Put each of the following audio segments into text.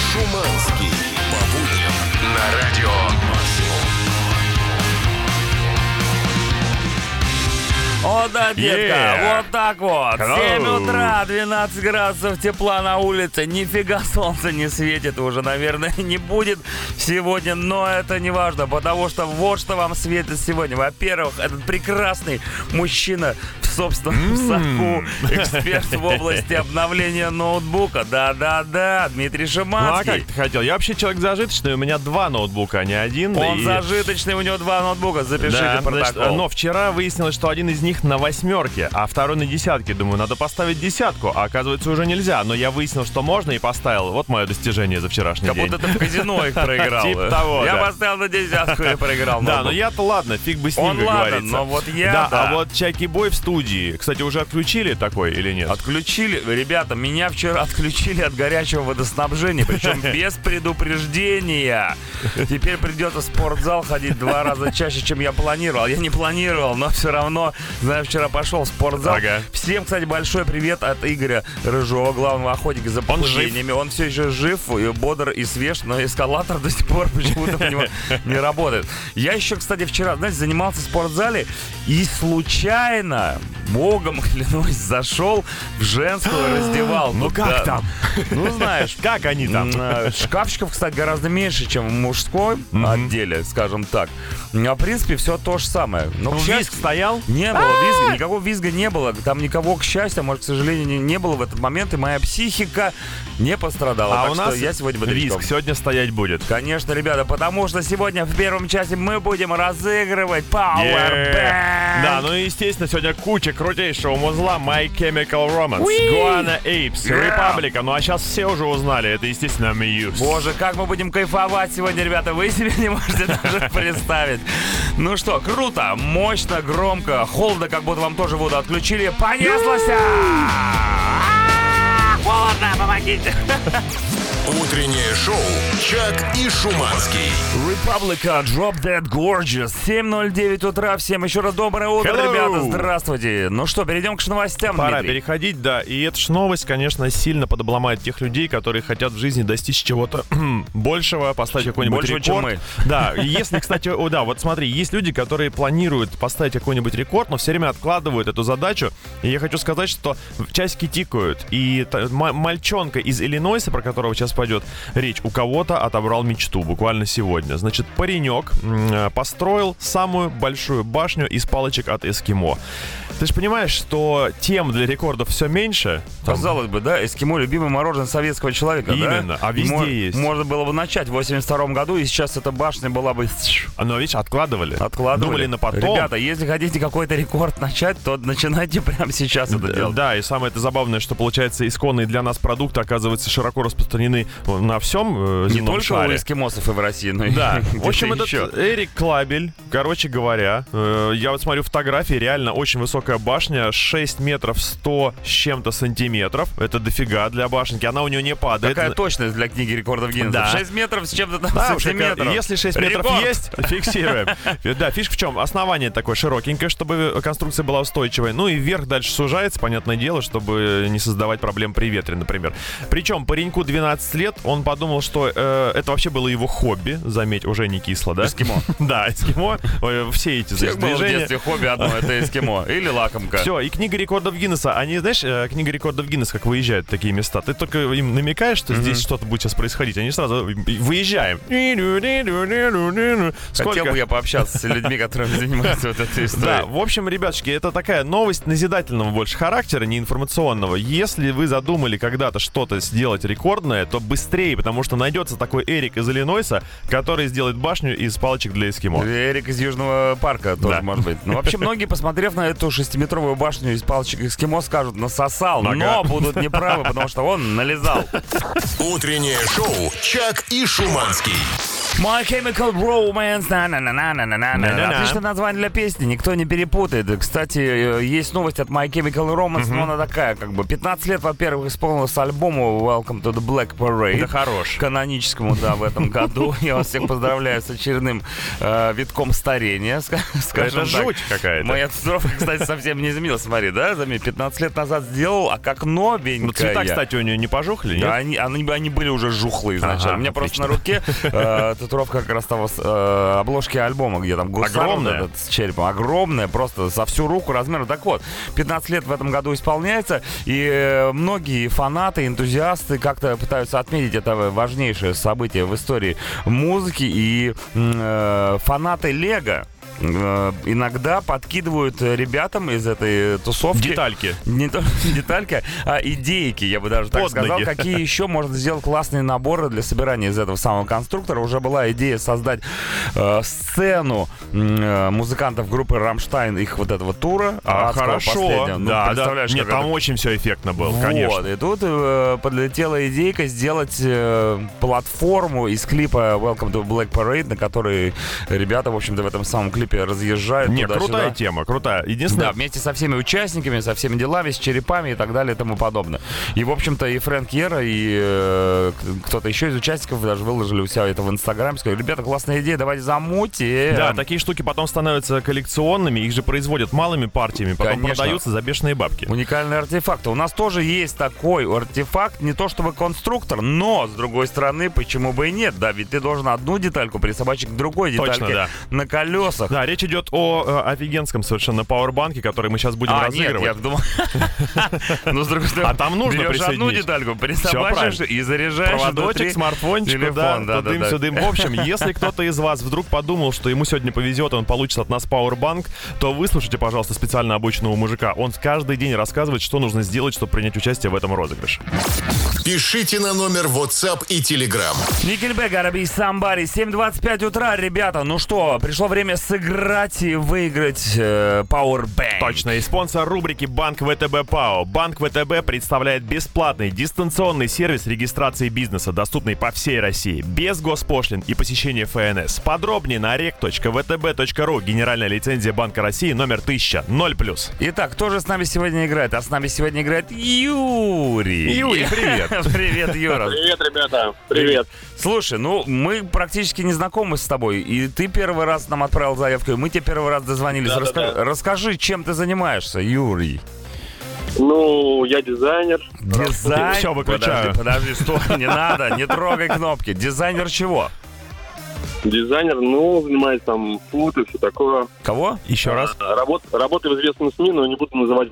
Шуманский. По будням на радио «Максимум». О, да, детка, вот так вот. 7 утра, 12 градусов тепла на улице. Нифига солнце не светит уже, наверное, не будет сегодня. Но это не важно, потому что вот что вам светит сегодня. Во-первых, этот прекрасный мужчина в собственном соку, эксперт в области обновления ноутбука. Да-да-да, Дмитрий Шуманский. Ну, а как ты хотел? Я вообще человек зажиточный, у меня 2 ноутбука, а не один. Он зажиточный, у него 2 ноутбука, запишите протокол. Значит, но вчера выяснилось, что один из них на 8, а второй на 10. Думаю, надо поставить 10, а оказывается уже нельзя. Но я выяснил, что можно, и поставил. Вот мое достижение за вчерашний день. Как будто ты в казино их проиграл. Типа того, я поставил на 10 и проиграл. Да, но я-то ладно, фиг бы с ним, как говорится. Но вот я, да. А вот Чаки-бой в студии, кстати, уже отключили такой или нет? Отключили. Ребята, меня вчера отключили от горячего водоснабжения, причем без предупреждения. Теперь придется в спортзал ходить 2 раза чаще, чем я планировал. Я не планировал, но все равно, знаю, вчера пошел в спортзал. Ага. Всем, кстати, большой привет от Игоря Рыжова, главного охотника за похудениями. Он все еще жив, и бодр и свеж, но эскалатор до сих пор почему-то у него не работает. Я еще, кстати, вчера, знаете, занимался в спортзале и случайно, богом клянусь, зашел в женскую раздевалку. Ну как там? Ну, знаешь, как они там? Шкафчиков, кстати, гораздо меньше, чем в мужском отделе, скажем так. А в принципе, все то же самое. Но визг стоял? Не было визга, никакого визга не было. Там никого, к счастью, может, к сожалению, не было в этот момент, и моя психика не пострадала. А так у нас я сегодня бодрячком. визг сегодня стоять будет. Конечно, ребята, потому что сегодня в первом часе мы будем разыгрывать Powerbank. Да, ну и, естественно, сегодня куча крутейшего музла. My Chemical Romance, Guana Apes, Republica. Ну а сейчас все уже узнали. Это, естественно, Muse. Боже, как мы будем кайфовать сегодня, ребята. Вы себе не можете даже представить. Ну что, круто, мощно, громко, холодно, как будто вам тоже воду отключили. Понеслось! Холодно, помогите! Утреннее шоу «Чак и Шуманский». Republica, Drop Dead Gorgeous. 7:09 утра. Всем еще раз доброе утро, ребята. Здравствуйте. Ну что, перейдем к новостям, Пора Дмитрий. переходить, да. И эта ж новость, конечно, сильно подобломает тех людей, которые хотят в жизни достичь чего-то большего, поставить какой-нибудь большего, рекорд. чем мы. Да, если, кстати, да, вот смотри, есть люди, которые планируют поставить какой-нибудь рекорд, но все время откладывают эту задачу. И я хочу сказать, что часики тикают. И мальчонка из Иллинойса, про которого сейчас пойдет речь, у кого-то отобрал мечту буквально сегодня. Значит, паренек построил самую большую башню из палочек от эскимо. Ты же понимаешь, что тем для рекордов все меньше. Казалось бы, да, эскимо — любимое мороженое советского человека. Именно, да? а везде есть. Можно было бы начать в 82 году, и сейчас эта башня была бы... Но, видишь, откладывали. Думали на потом. Ребята, если хотите какой-то рекорд начать, то начинайте прямо сейчас это делать. Да, и самое это забавное, что, получается, исконные для нас продукты, оказывается, широко распространены на всем не земном только шаре. у эскимосов и в России, но и да. В общем, этот еще. Эрик Клабель, короче говоря, я вот смотрю фотографии, реально очень высокая башня, 6 метров 100 с чем-то сантиметров. Это дофига для башенки, она у нее не падает. Какая точность для книги рекордов Гиннесса. Да. 6 метров с чем-то там Да, сантиметров. если 6 метров Рекорд. есть, фиксируем. Да, фишка в чем? Основание такое широкенькое, чтобы конструкция была устойчивой. Ну и вверх дальше сужается, понятное дело, чтобы не создавать проблем при ветре, например. Причем пареньку 12 лет, он подумал, что это вообще было его хобби. Заметь, уже не кисло, да? Эскимо. Да, эскимо. Все эти Всех было в движения. детстве хобби одно, это эскимо. Или лакомка. Все, и книга рекордов Гиннесса. Они, знаешь, книга рекордов Гиннесса, как выезжают в такие места. Ты только им намекаешь, что здесь что-то будет сейчас происходить. Они сразу выезжаем. Хотел бы я пообщаться с людьми, которые занимаются вот этой историей. Да, в общем, ребятушки, это такая новость назидательного больше характера, не информационного. Если вы задумали когда-то что-то сделать рекордное, то быстрее, потому что найдется такой Эрик из Иллинойса, который сделает башню из палочек для эскимо. Эрик из Южного парка тоже, Да. может быть. Ну, вообще, многие, посмотрев на эту 6-метровую башню из палочек эскимо, скажут: насосал, Ага. но будут неправы, потому что он нализал. Утреннее шоу «Чак и Шуманский». My Chemical Romance. Отличное название для песни, никто не перепутает. Кстати, есть новость от My Chemical Romance, но она такая, как бы 15 лет, во-первых, исполнилось альбому Welcome to the Black Parade. Да хорош. Каноническому, да, в этом году. Я вас всех поздравляю с очередным витком старения, скажем Это так. жуть какая-то. Моя татуировка, кстати, совсем не изменилась. Смотри, да, заметь, 15 лет назад сделал, а как новенькая. Ну, цвета, кстати, у нее не пожухли, нет? Да, они были уже жухлые изначально. У меня просто на руке татуировка как раз того обложки альбома, где там гусар огромная. Вот с черепом. Огромная, просто со всю руку размером. Так вот, 15 лет в этом году исполняется, и многие фанаты, энтузиасты как-то пытаются отметить это важнейшее событие в истории музыки, и фанаты Лего иногда подкидывают ребятам из этой тусовки Детальки. Не только деталька, а идейки, я бы даже так Под сказал. ноги. Какие еще можно сделать классные наборы для собирания из этого самого конструктора. Уже была идея создать сцену музыкантов группы «Рамштайн», их вот этого тура. Хорошо. Последнего. Ну, Да, да. представляешь, Нет, как там это... очень все эффектно было, Вот, конечно. и тут подлетела идейка сделать платформу из клипа Welcome to Black Parade, на который ребята, в общем-то, в этом самом клипе разъезжают. Не, туда-сюда. крутая тема, крутая. Да, Единственное, вместе со всеми участниками, со всеми делами, с черепами и так далее и тому подобное. И, в общем-то, и Фрэнк Йера, и кто-то еще из участников даже выложили у себя это в Инстаграме. Сказали, ребята, классная идея, давайте замутим. да, такие штуки потом становятся коллекционными, их же производят малыми партиями, потом Конечно. продаются за бешеные бабки. Уникальный артефакт. У нас тоже есть такой артефакт, не то чтобы конструктор, но, с другой стороны, почему бы и нет? Да, ведь ты должен одну детальку присобачить к другой детальке. Точно, да. На колесах. Да, речь идет о офигенском совершенно пауэрбанке, который мы сейчас будем Нет, разыгрывать. я думал... Ну, с другой стороны, А там нужно берешь одну присоединить. детальку, Всё присобачишь правильно. и заряжаешь Проводочек, внутри смартфончик, телефон, да, да. тудым-сюдым. В общем, если кто-то из вас вдруг подумал, что ему сегодня повезет, и он получит от нас пауэрбанк, то выслушайте, пожалуйста, специально обученного мужика. Он каждый день рассказывает, что нужно сделать, чтобы принять участие в этом розыгрыше. Пишите на номер WhatsApp и Telegram. Никельбэк, Араби Самбари, 7:25 утра, ребята. Ну что, пришло время сыграть и выиграть Powerbank. Точно, и спонсор рубрики «Банк ВТБ ПАО». Банк ВТБ представляет бесплатный дистанционный сервис регистрации бизнеса, доступный по всей России, без госпошлин и посещения ФНС. Подробнее на rec.vtb.ru. Генеральная лицензия Банка России номер 1000, 0+. Итак, кто же с нами сегодня играет? А с нами сегодня играет Юрий. Юрий, привет. Привет, Юра. Привет, ребята. Привет. Слушай, ну мы практически не знакомы с тобой, и ты первый раз нам отправил заявку, и мы тебе первый раз дозвонились. Да. Расскажи, чем ты занимаешься, Юрий? Ну, я дизайнер. Дизайн? Всё, выключаю. Подожди, стой, не надо, не трогай кнопки. Дизайнер чего? Дизайнер, ну, занимаюсь там фуд и все такое. Кого? Еще раз. Работаю в известном СМИ, но не буду называть.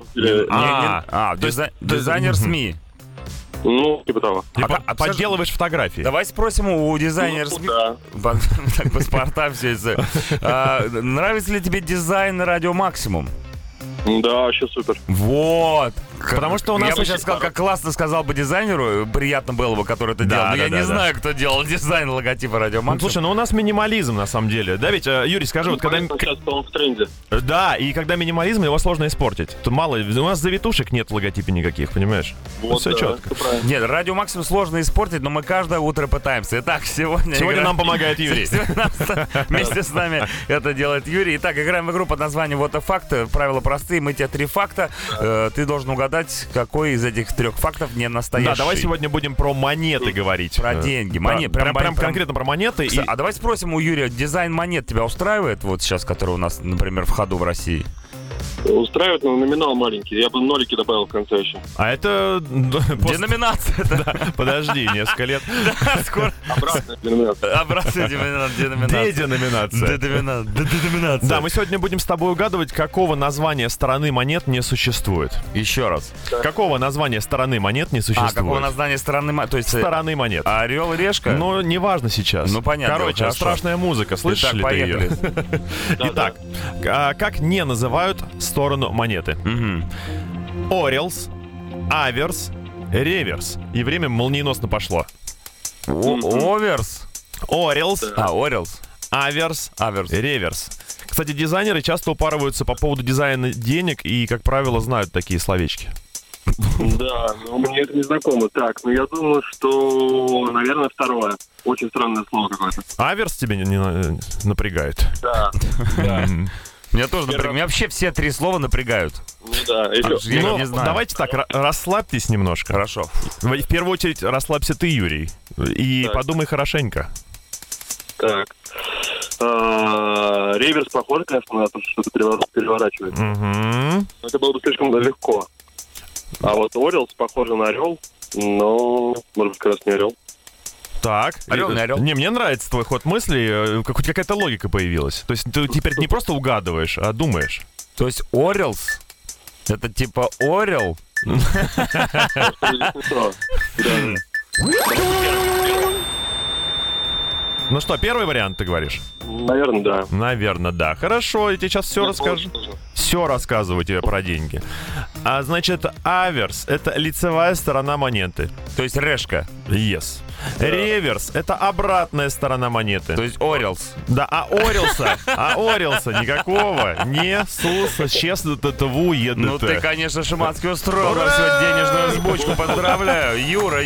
Дизайнер СМИ. Ну, типа того. Ты А подделываешь фотографии. Давай спросим у дизайнера Ну, СМИ. да. Так, паспорта все это. Нравится ли тебе дизайн на Радио Максимум? Да, вообще супер. Вот. Потому что у нас Я бы очень- сейчас сказал, как классно сказал бы дизайнеру, приятно было бы, который это Да, делал. Но да, я да, не да. знаю, кто делал дизайн логотипа Радио Ну, Максимум. слушай, ну у нас минимализм на самом деле. Да, ведь, Юрий, скажи, вот когда... Сейчас он в тренде. Да, и когда минимализм, его сложно испортить. Тут мало, у нас завитушек нет в логотипе никаких, понимаешь? Вот, все да, четко. всё правильно. Нет, Радио Максимум сложно испортить, но мы каждое утро пытаемся. Итак, сегодня Сегодня играем- нам помогает Юрий. Сегодня вместе с нами это делает Юрий. Итак, играем в игру под названием «Вот и факты». Правила простые. Мы тебе 3 факта. Ты должен угадать, какой из этих 3 фактов не настоящий. Да, давай сегодня будем про монеты говорить. Про деньги. Прям конкретно про монеты. И... А давай спросим у Юрия, дизайн монет тебя устраивает? Вот сейчас, который у нас, например, в ходу в России. Устраивает, но номинал маленький. Я бы нолики добавил в конце еще. А это... Деноминация. Подожди, несколько лет. Скоро. Обратная деноминация. Обратная деноминация. Деденоминация. Деноминация. Да, мы сегодня будем с тобой угадывать, какого названия стороны монет не существует. Еще раз. Какого названия стороны монет не существует? Какого названия стороны? То есть Стороны монет. Орел и Решка? Ну, неважно сейчас. Ну, понятно, Короче, хорошо. страшная музыка. Слышишь Итак, ли ты ее? поехали. Итак, как не называют сторону монеты? Орелс, аверс, реверс. И время молниеносно пошло. Оверс? Орелс, Орелс. аверс, Аверс. реверс. Кстати, дизайнеры часто упарываются по поводу дизайна денег и, как правило, знают такие словечки. Да, но мне это не знакомо. Так, я думаю, что, наверное, второе. Очень странное слово какое-то. Аверс тебя не напрягает? Да. Меня тоже напрягает. Меня вообще все 3 слова напрягают. Ну да, еще. Я не знаю. Давайте так, расслабьтесь немножко. Хорошо. В первую очередь расслабься ты, Юрий, и Так. подумай хорошенько. Так. Реверс похож, конечно, на то, что что-то переворачивает. Угу. Но это было бы слишком легко. А вот Орелс похоже на орел, но, может быть, как раз не орел. Так. Орел на орел. Не, мне нравится твой ход мысли, хоть какая-то логика появилась. То есть ты теперь не просто угадываешь, а думаешь. То есть Орелс — это типа Орел? Ну что, первый вариант ты говоришь? Наверное, да. Наверное, да. Хорошо, я тебе сейчас все расскажу. Все рассказываю тебе про деньги. А значит, аверс — это лицевая сторона монеты. То есть Решка. Yes. Реверс — это обратная сторона монеты. То есть Орелс. Да, а Орелса никакого. Не сус, честно, тву едет. Ну ты, конечно, Шиманский устроил нам сегодня денежную сбучку. Поздравляю. Юра,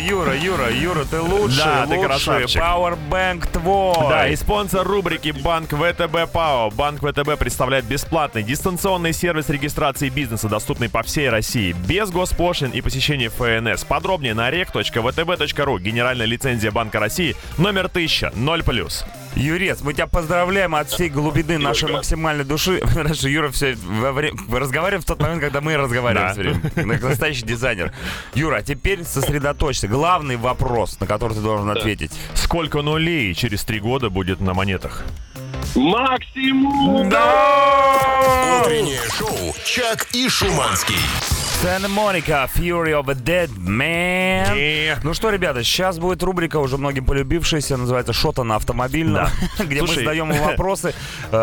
ты лучший, Да, ты красавчик. Powerbank твой. Да, и спонсор рубрики Банк ВТБ ПАО. Банк ВТБ представляет бесплатный дистанционный сервис регистрации бизнеса, доступный по всей России, без госпошлин и посещения ФНС. Подробнее на rec.vtb.ru. Генеральная лицензия Банка России номер 1000, 0+. Юрец, мы тебя поздравляем от всей глубины нашей максимальной души. Раньше Юра все разговариваем в тот момент, когда мы разговариваем. Да. Все время. Настоящий дизайнер. Юра, а теперь сосредоточься. Главный вопрос, на который ты должен ответить. Сколько нулей через 3 года будет на монетах? Максимум! Утреннее шоу «Чак и Шуманский». Santa Monica, Fury of a Dead Man. Ну что, ребята, сейчас будет рубрика, уже многим полюбившаяся, называется «Шота на автомобильном», где мы задаем вопросы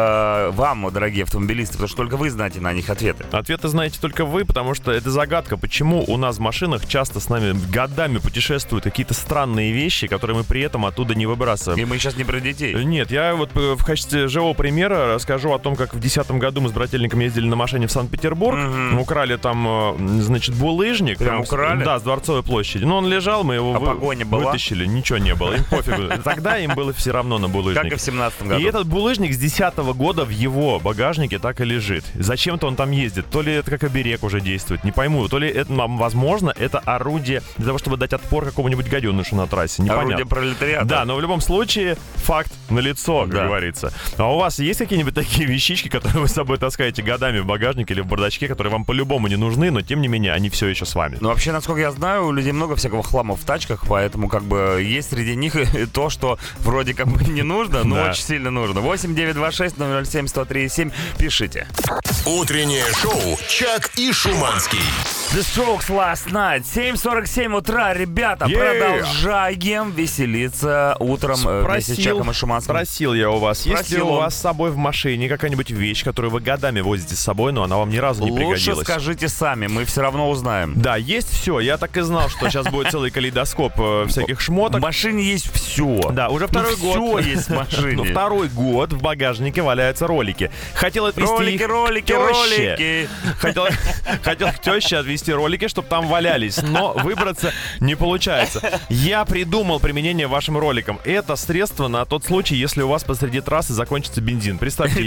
вам, дорогие автомобилисты, потому что только вы знаете на них ответы. Ответы знаете только вы, потому что это загадка, почему у нас в машинах часто с нами годами путешествуют какие-то странные вещи, которые мы при этом оттуда не выбрасываем. И мы сейчас не про детей. Нет, я вот в качестве живого примера расскажу о том, как в 2010 году мы с брательником ездили на машине в Санкт-Петербург, украли там, значит, булыжник. Прям украли? Да, с Дворцовой площади. Но он лежал, мы его погоня была? вытащили, ничего не было, им пофигу. Тогда им было все равно на булыжник. Как и в 17 году. И этот булыжник с 2010 года в его багажнике так и лежит. Зачем-то он там ездит. То ли это как оберег уже действует, не пойму. То ли это, возможно, это орудие для того, чтобы дать отпор какому-нибудь гаденышу на трассе. Непонятно. Орудие пролетариата. Да, но в любом случае факт налицо, как говорится. А у вас есть какие-нибудь такие вещички, которые вы с собой таскаете годами в багажнике или в бардачке, которые вам по-любому не нужны, но тем не менее они все еще с вами? Ну, вообще, насколько я знаю, у людей много всякого хлама в тачках, поэтому как бы есть среди них и то, что вроде как бы не нужно, но очень сильно нужно. 8-926-007-103-7. Пишите. Утреннее шоу «Чак и Шуманский». The Strokes Last Night. 7:47 утра, ребята, продолжаем веселиться утром вместе с Чаком и Шуманским. Спросил я у вас, есть ли Спросил у он. вас с собой в машине какая-нибудь вещь, которую вы годами возите с собой, но она вам ни разу не пригодилась? Лучше скажите сами, мы все равно узнаем. Да, есть все. Я так и знал, что сейчас будет целый калейдоскоп всяких шмоток. В машине есть все. Да, уже второй год. Все есть в машине. Ну, второй год в багажнике валяются ролики. Хотел отвезти их Ролики. тёще. Хотел к теще отвезти ролики, чтобы там валялись, но выбраться не получается. Я придумал применение вашим роликам. Это средство на тот случай, если у вас посреди трассы закончится бензин. Представьте,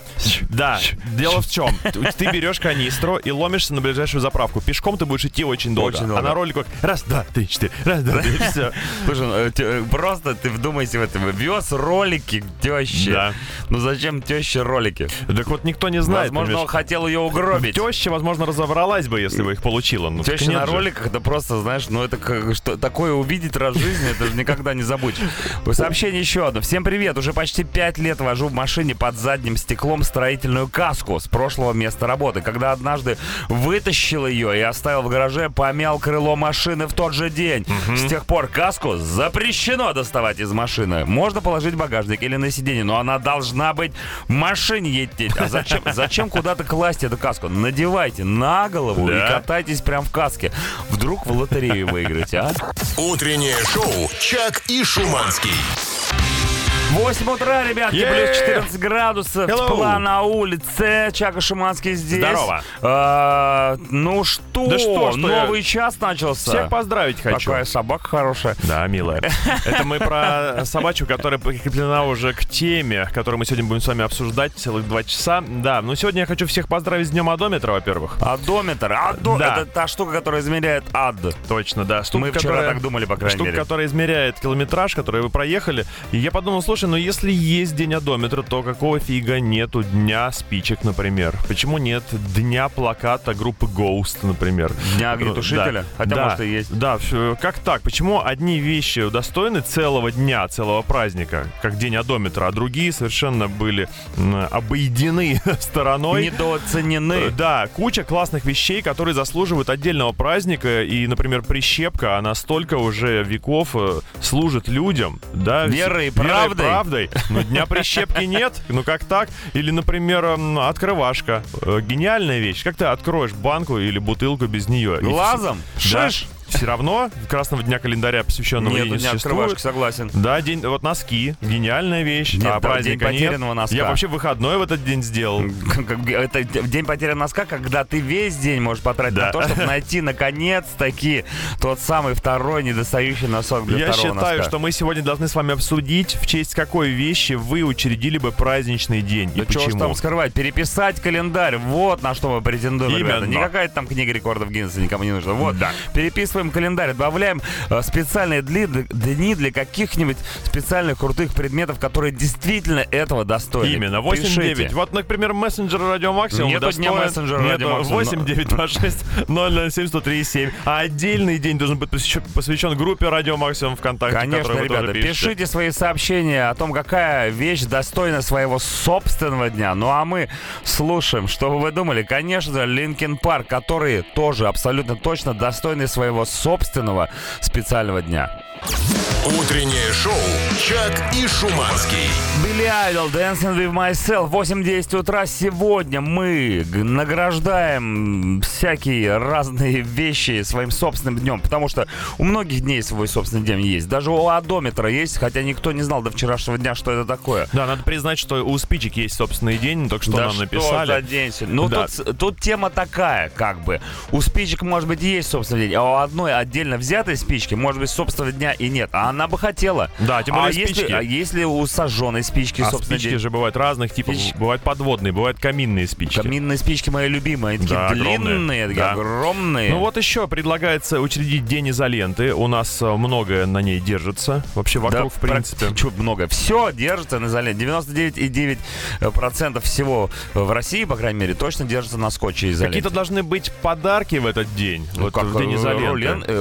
да, дело в чем. Ты берешь канистру и ломишься на ближайшую заправку. Пешком ты будешь идти очень долго. А на роликах раз, два, три, четыре, раз, два, три, все. Слушай, просто ты вдумайся в это. Вез ролики к теще. Да. Ну зачем теще ролики? Так вот никто не знает. Возможно, он хотел ее угробить. Теща, возможно, разобралась бы, если бы их получила. Ну, теща на роликах, это просто, знаешь, ну это как, что такое увидеть раз в жизни, это же никогда не забудь. Сообщение еще одно. Всем привет. Уже почти 5 лет вожу в машине под задним стеклом строительную каску с прошлого места работы. Когда однажды вытащил ее и оставил в гараже, помял крыло машины в тот же день. С тех пор каску запрещено доставать из машины. Можно положить в багажник или на сиденье, но она должна быть в машине едете. А зачем куда-то класть эту каску? Надевайте на голову и катайтесь прям в каске. Вдруг в лотерею выиграете, а? Утреннее шоу «Чак и Шуманский». 8 утра, ребятки, плюс 14 градусов, тепла на улице. Чака Шуманский здесь. Здорово. Ну что, да что новый час начался. Всех поздравить хочу. Такая собака хорошая. Да, милая. Это мы про собачку, которая прикреплена уже к теме, которую мы сегодня будем с вами обсуждать целых 2 часа. Да, ну сегодня я хочу всех поздравить с Днем Одометра, во-первых. Одометр? Да. Это та штука, которая измеряет ад. Точно, да. Штука, мы вчера так думали, по крайней мере. Штука, которая измеряет километраж, который вы проехали. И я подумал, слушай, ну если есть День Одометра, то какого фига нету Дня спичек, например? Почему нет Дня плаката группы Ghost, например? Дня огнетушителя? Да. Хотя, может, и есть. Да, как так? Почему одни вещи удостоены целого дня, целого праздника, как День Одометра, а другие совершенно были обойдены стороной? Недооценены. Да, куча классных вещей, которые заслуживают отдельного праздника. И, например, прищепка, она столько уже веков служит людям. Да, верой и правдой. Но Дня прищепки нет. Ну как так? Или, например, открывашка. Гениальная вещь. Как ты откроешь банку или бутылку без нее? Глазом? Шиш? Все равно Красного дня календаря, посвященного ей, не существует. Согласен. Да, день, вот носки. Гениальная вещь. Нет, а праздника день потерянного носка. Я вообще выходной в этот день сделал. Это день потерянного носка, когда ты весь день можешь потратить на то, чтобы найти, наконец-таки, тот самый второй недостающий носок для второго носка. Я считаю, что мы сегодня должны с вами обсудить, в честь какой вещи вы учредили бы праздничный день. Да и почему. Чего ж там скрывать? Переписать календарь. Вот на что мы претендуем, ребята. Именно. Не какая-то там книга рекордов Гиннесса никому не нужна. Вот, да. Переписываем календарь, добавляем специальные дни для каких-нибудь специальных крутых предметов, которые действительно этого достойны. Именно. 8-9. Вот, например, мессенджер Радио Максимум. Нету дня мессенджера Радио Максимум. 8-926-007-103-7. А отдельный день должен быть посвящен группе Радио Максимум ВКонтакте. Конечно, ребята, пишите свои сообщения о том, какая вещь достойна своего собственного дня. Ну а мы слушаем, что вы думали. Конечно же, Linkin Park, которые тоже абсолютно точно достойны своего собственного специального дня. Утреннее шоу «Чак и Шуманский». Билли Айдол, Dancing with Myself, 8-10 утра. Сегодня мы награждаем всякие разные вещи своим собственным днем, потому что у многих дней свой собственный день есть. Даже у Одометра есть, хотя никто не знал до вчерашнего дня, что это такое. Да, надо признать, что у спичек есть собственный день, только что да нам написали. Да что за день? Ну, да. тут тема такая, как бы. У спичек, может быть, есть собственный день, а у одной отдельно взятой спички, может быть, собственного дня и нет. А она бы хотела. Да, тем более спички. Если у сожженной спички, собственно, спички же бывают разных типов. Бывают подводные, бывают каминные спички. Каминные спички мои любимые. Они такие длинные, такие огромные. Ну вот еще предлагается учредить день изоленты. У нас многое на ней держится. Вообще вокруг, в принципе. Что много? Все держится на изоленте. 99,9% всего в России, по крайней мере, точно держится на скотче изоленте. Какие-то должны быть подарки в этот день. Вот в день изоленты.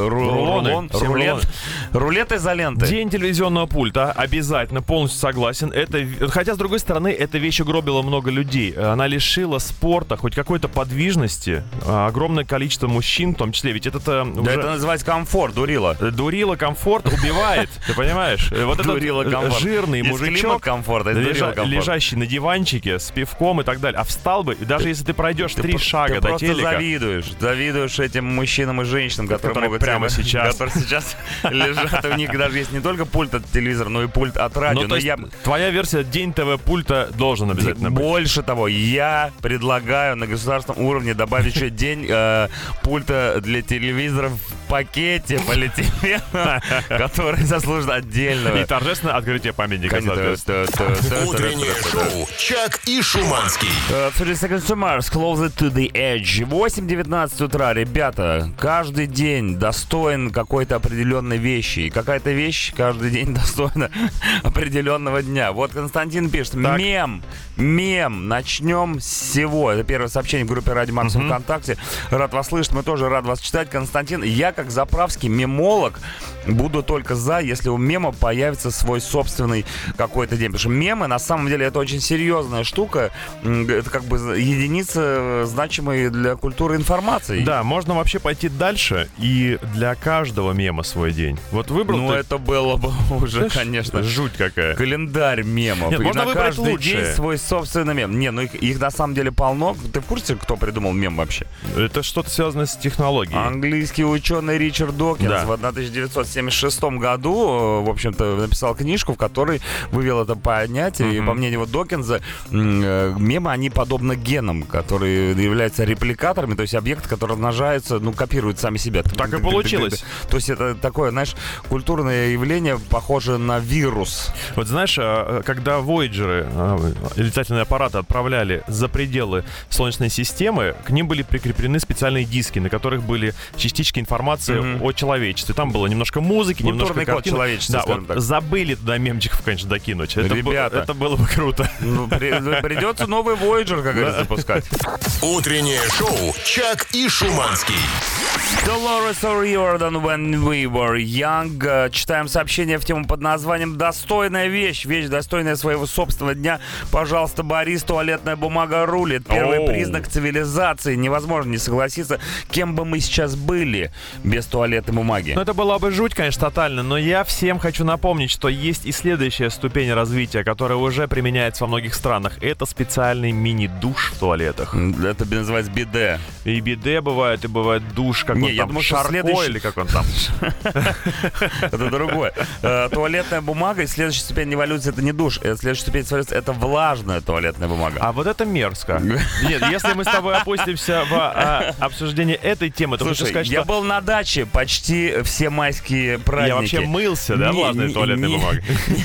Рулет изоленты. День телевизионного пульта. Обязательно, полностью согласен. Хотя, с другой стороны, эта вещь угробила много людей. Она лишила спорта хоть какой-то подвижности. Огромное количество мужчин, в том числе. Ведь это уже... это называется комфорт, дурила. Дурила, комфорт убивает. Ты понимаешь? Вот дурила, этот жирный мужичок, лежащий на диванчике с пивком и так далее. А встал бы, даже если ты пройдешь 3 шага до телека. Ты завидуешь этим мужчинам и женщинам, которые могут прямо сейчас. Которые сейчас лежат. У них даже есть не только пульт от телевизора, но и пульт от радио. То есть твоя версия день ТВ-пульта должен обязательно быть. Больше того, я предлагаю на государственном уровне добавить еще день пульта для телевизора в пакете полиэтилена, который заслужит отдельного. И торжественное открытие памятника. Утреннее шоу «Чак и Шуманский». 30 Seconds to Mars, Closer to the Edge. 8:19 утра, ребята. Каждый день достоин какой-то определенной вещи. И какая-то вещь каждый день достойна определенного дня. Вот Константин пишет. Так. Мем. Начнем с всего. Это первое сообщение в группе Радио Максимум ВКонтакте. Рад вас слышать. Мы тоже рад вас читать. Константин, я как заправский мемолог буду только за, если у мема появится свой собственный какой-то день. Потому что мемы, на самом деле, это очень серьезная штука. Это как бы единица значимой для культуры информации. Да, можно вообще пойти дальше и для каждого мема свой день. Вот выбрал Ну, ты... это было бы уже, конечно, Жуть какая. календарь мемов. Нет, И можно на выбрать каждый лучшее. день свой собственный мем. Не, ну их на самом деле полно. Ты в курсе, кто придумал мем вообще? Это что-то связанное с технологией. Английский ученый Ричард Докинс Да. в 1976 году, в общем-то, написал книжку, в которой вывел это понятие. И по мнению вот Докинза, мемы, они подобны генам, которые являются репликаторами, то есть объекты, которые размножаются, ну, копируют сами себя. Так и получилось. То есть это такое, знаешь, культурное явление, похоже на вирус. Вот знаешь, когда Voyager'ы, летательные аппараты, отправляли за пределы Солнечной системы, к ним были прикреплены специальные диски, на которых были частички информации о человечестве. Там было немножко музыки, немножко Культурный код картинок. человечества, Да, скажем вот так. забыли туда мемчиков, конечно, докинуть. Ребята. Это было бы круто. Ну, придется новый Voyager, как говорится, запускать. Утреннее шоу «Чак и Шуманский». Dolores O'Riordan When We Were Young. Читаем сообщение в тему под названием «Достойная вещь». Вещь, достойная своего собственного дня. Пожалуйста, Борис, туалетная бумага рулит. Первый признак цивилизации. Невозможно не согласиться, кем бы мы сейчас были без туалетной бумаги. Ну, это была бы жуть, конечно, тотально, но я всем хочу напомнить, что есть и следующая ступень развития, которая уже применяется во многих странах. Это специальный мини-душ в туалетах. Это называется биде. И биде бывает, и бывает душ, как Не, он я там, думаю, что Шарко следующий- или как он там. Это другое. Туалетная бумага и следующая ступень эволюции — это не душ. Следующая ступень эволюции — это влажная туалетная бумага. А вот это мерзко. Нет, если мы с тобой опустимся в обсуждение этой темы, то хочу Слушай, сказать, я что был на даче почти все майские праздники. я вообще мылся, да, влажной туалетной бумагой?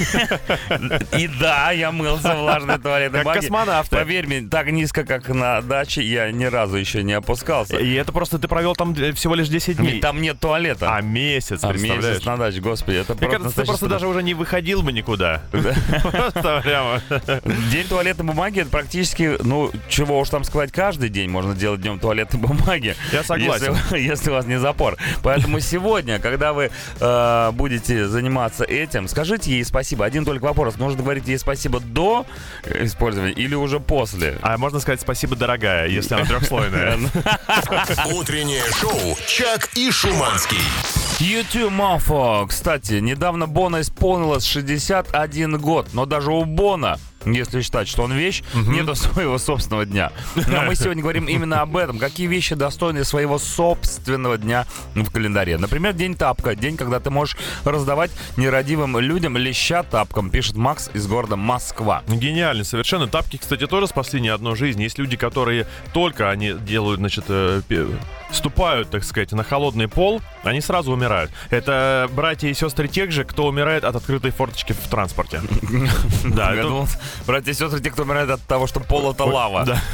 И да, я мылся влажной туалетной Как бумагой. космонавты. Поверь мне, так низко, как на даче, я ни разу еще не опускался. И это просто ты провел там всего лишь 10 дней. Там нет туалета. А месяц, А представляешь? месяц на даче, господи, это Мне кажется, ты просто даже уже не выходил бы никуда. Просто прямо. День туалетной бумаги — это практически, ну, чего уж там сказать, каждый день можно делать днем туалетной бумаги. Я согласен. Если у вас не запор. Поэтому сегодня, когда вы будете заниматься этим, скажите ей спасибо. Один только вопрос. Нужно говорить ей спасибо до использования или уже после? А можно сказать спасибо, дорогая, если она трехслойная. Утреннее шоу «Чак и Шуманский». YouTube Mofo. Кстати, недавно Боно исполнилось 61 год, но даже у Бона, если считать, что он вещь, нету своего собственного дня. Но мы сегодня говорим именно об этом. Какие вещи достойны своего собственного дня в календаре? Например, день тапка. День, когда ты можешь раздавать нерадивым людям леща тапкам, пишет Макс из города Москва. Гениально, совершенно. Тапки, кстати, тоже спасли не одну жизнь. Есть люди, которые только они делают, значит, ступают, так сказать, на холодный пол, они сразу умирают. Это братья и сестры тех же, кто умирает от открытой форточки в транспорте. Да, Я думал, братья и сестры, те, кто умирает от того, что пол — это лава. Да.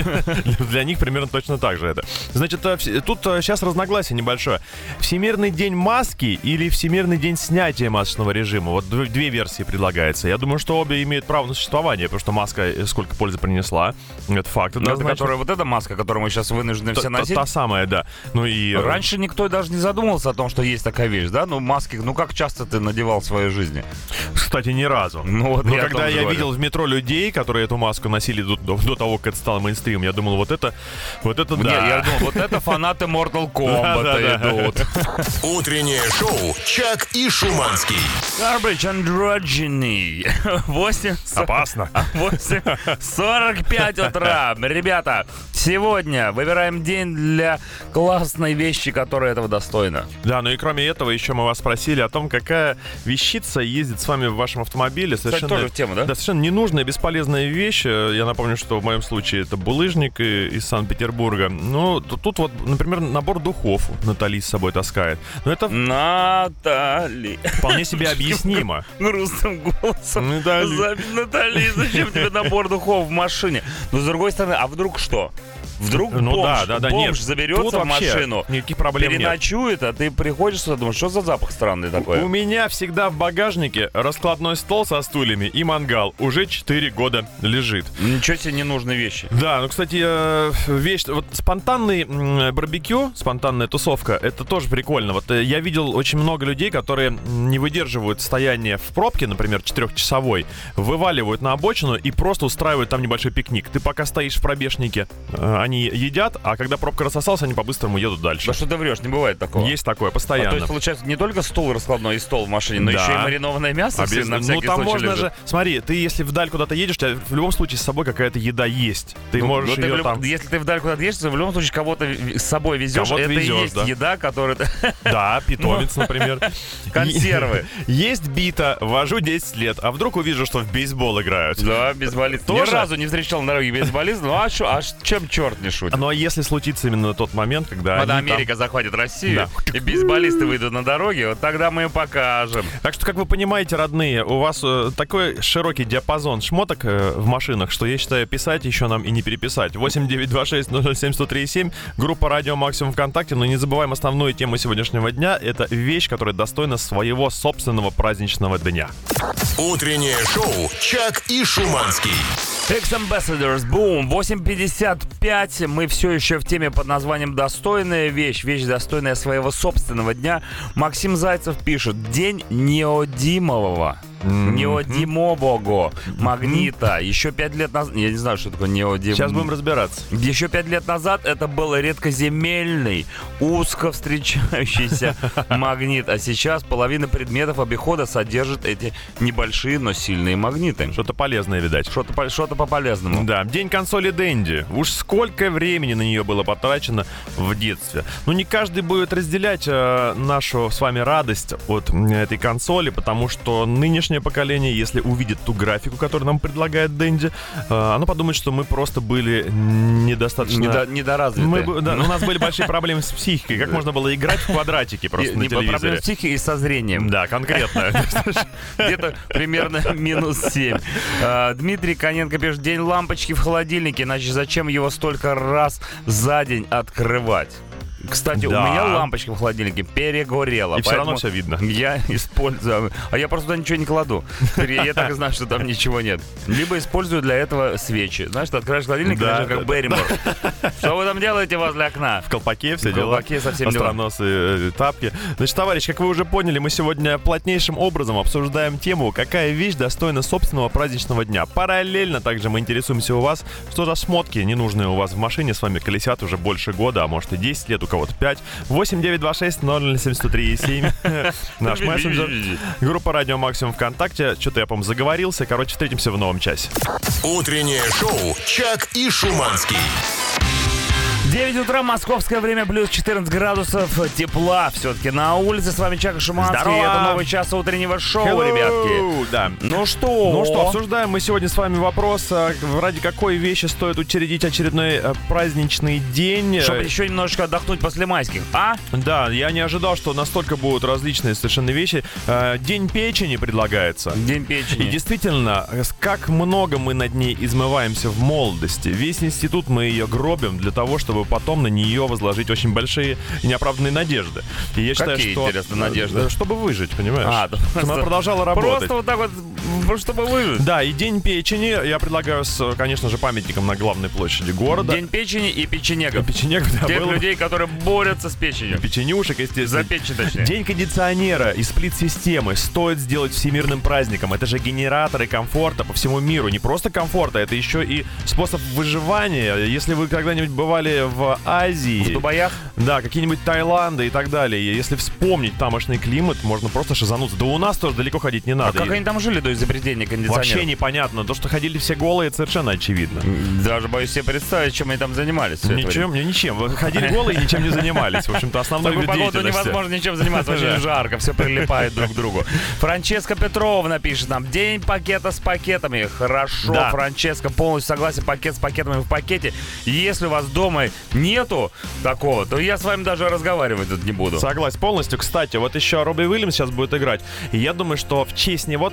Для них примерно точно так же это. Значит, тут сейчас разногласие небольшое. Всемирный день маски или Всемирный день снятия масочного режима? Вот две версии предлагается. Я думаю, что обе имеют право на существование, потому что маска сколько пользы принесла. Это факт. Но это которая вот эта маска, которую мы сейчас вынуждены все носить. Та самая, да. Ну и... Раньше никто даже не задумывался о том, что есть такая вещь, да? Ну, маски, ну как часто ты надевал в своей жизни? Кстати, ни разу. Ну, вот Но я когда тоже я говорю. видел в метро людей, которые эту маску носили до того, как это стало мейнстримом, я думал, вот это да. Нет, я думал, вот это фанаты Mortal Kombat идут. Утреннее шоу «Чак и Шуманский». Garbage Androgyny. 8... Опасно. 8:45 утра. Ребята, сегодня выбираем день для классной вещи, которая этого достойна. Да, ну и кроме этого, еще мы вас спросили о том, какая вещица ездит с вами в вашем автомобиле. Кстати, тоже в тему, да? Да, совершенно ненужная, бесполезная вещь. Я напомню, что в моем случае это булыжник из Санкт-Петербурга. Ну, тут вот, например, набор духов Натали с собой таскает. Но это Натали. вполне себе объяснимо. Грустным голосом. Натали. Натали, зачем тебе набор духов в машине? Но с другой стороны, а вдруг что? Вдруг Ну бомж, да, бомж нет, заберется тут в вообще машину, никаких проблем нет. переночует, а ты приходишь сюда, думаешь, что за запах странный такой? У меня всегда в багажнике раскладной стол со стульями и мангал. Уже 4 года лежит. Ничего себе ненужные вещи. Да, ну, кстати, вещь... Вот спонтанный барбекю, спонтанная тусовка, это тоже прикольно. Вот я видел очень много людей, которые не выдерживают стояние в пробке, например, 4-часовой, вываливают на обочину и просто устраивают там небольшой пикник. Ты пока стоишь в пробежнике, они едят, а когда пробка рассосалась, они по-быстрому едут дальше. Да что ты врешь, не бывает такого. Есть такое, постоянно. То есть, получается, не только стул раскладной и стол в машине, но Да. еще и маринованное мясо на всякий Ну, там случай можно лежит. же... Смотри, ты если вдаль куда-то едешь, у тебя в любом случае с собой какая-то еда есть. Ты можешь ты ее там... Если ты вдаль куда-то едешь, то в любом случае кого-то с собой везешь. Кого-то Это везешь, и есть да. еда, которую ты... Да, питомец, например. Консервы. Есть бита, вожу 10 лет, а вдруг увижу, что в бейсбол играют. Да, бейсболист. Ни Тоже? разу не встречал на дороге бейсболиста. Ну а чем черт не шутит? Ну а если случится именно тот момент, когда Когда они там- Америка захватит Россию, Да. и бейсболисты выйдут на дороге, вот тогда мы им покажем. Так что, как вы понимаете, родные, у вас такой широкий диапазон шмоток в машинах, что я считаю, писать еще нам и не переписать. 8-926-007-1037, группа «Радио Максимум» ВКонтакте. Но не забываем основную тему сегодняшнего дня. Это вещь, которая достойна своего собственного праздничного дня. Утреннее шоу «Чак и Шуманский». Ex-Ambassadors, бум, 8:55. Мы все еще в теме под названием «Достойная вещь». Вещь, достойная своего собственного дня. Максим Зайцев пишет: День неодимового. Неодимового магнита. Еще 5 лет назад... Я не знаю, что такое неодим. Сейчас будем разбираться. Еще 5 лет назад это был редкоземельный, узко встречающийся магнит. А сейчас половина предметов обихода содержит эти небольшие, но сильные магниты. Что-то полезное, видать. Что-то по-полезному. Да, день консоли Dendy. Уж сколько времени на нее было потрачено в детстве. Ну, не каждый будет разделять нашу с вами радость от этой консоли, потому что нынешнее поколение, если увидит ту графику, которую нам предлагает Dendy, оно подумает, что мы просто были недостаточно... Недоразвитые. У нас были большие проблемы с психикой. Как можно было играть в квадратики просто на Проблемы телевизоре? с психикой и со зрением. Да, конкретно. Где-то примерно -7. Дмитрий Коненко пишет: день лампочки в холодильнике, иначе зачем его столько раз за день открывать? Кстати, Да. у меня лампочка в холодильнике перегорела. И все равно поэтому все видно. Я использую... А я просто туда ничего не кладу. Я так и знаю, что там ничего нет. Либо использую для этого свечи. Знаешь, ты открываешь холодильник, Да, даже как Берримор. Что вы там делаете возле окна? В колпаке все В дела. колпаке со всеми делами. Остроносые тапки. Значит, товарищ, как вы уже поняли, мы сегодня плотнейшим образом обсуждаем тему, какая вещь достойна собственного праздничного дня. Параллельно также мы интересуемся у вас, что за шмотки ненужные у вас в машине с вами колесят уже больше года, а может и 10 лет, у кого-то 5. 8-926-007-103-7. Наш мессенджер. Группа «Радио Максимум» ВКонтакте. Что-то я, по-моему, заговорился. Короче, встретимся в новом часе. Утреннее шоу «Чак и Шуманский». 9 утра, московское время, плюс 14 градусов тепла все-таки на улице. С вами Чак и Шуманский. Здорово! Это новый час утреннего шоу, Hello! ребятки. Да. Ну что, Обсуждаем мы сегодня с вами вопрос, ради какой вещи стоит учредить очередной праздничный день. Чтобы еще немножечко отдохнуть после майских, а? Да, я не ожидал, что настолько будут различные совершенно вещи. День печени предлагается. День печени. И действительно, как много мы над ней измываемся в молодости. Весь институт мы ее гробим для того, чтобы потом на нее возложить очень большие и неоправданные надежды. И я считаю, Какие, что... интересно, надежды? Чтобы выжить, понимаешь? Да, Чтобы она продолжала работать. Просто вот так вот, чтобы выжить. Да, и День печени я предлагаю с, конечно же, памятником на главной площади города. День печени и печенегов. Печенег, да, Тех был. людей, которые борются с печенью. Печенюшек, естественно. За печень, точнее. День кондиционера и сплит-системы стоит сделать всемирным праздником. Это же генераторы комфорта по всему миру. Не просто комфорта, это еще и способ выживания. Если вы когда-нибудь бывали в Азии... В Дубаях? Да, какие-нибудь Таиланды и так далее. Если вспомнить тамошний климат, можно просто шизануться. Да у нас тоже далеко ходить не надо. А как они там жили до изобретения кондиционера? Вообще непонятно. То, что ходили все голые, это совершенно очевидно. Даже боюсь себе представить, чем они там занимались. всё это время. Ничем. Ходили голые и ничем не занимались. В общем-то, В основной такую вид погоду деятельности. невозможно ничем заниматься, очень жарко, все прилипает друг к другу. Франческа Петровна пишет нам: день пакета с пакетами. Хорошо, Да. Франческа, полностью согласен, пакет с пакетами в пакете. Если у вас дома нету такого, то я с вами даже разговаривать тут не буду. Согласен полностью. Кстати, вот еще Робби Уильямс сейчас будет играть. И я думаю, что в честь него тоже стоило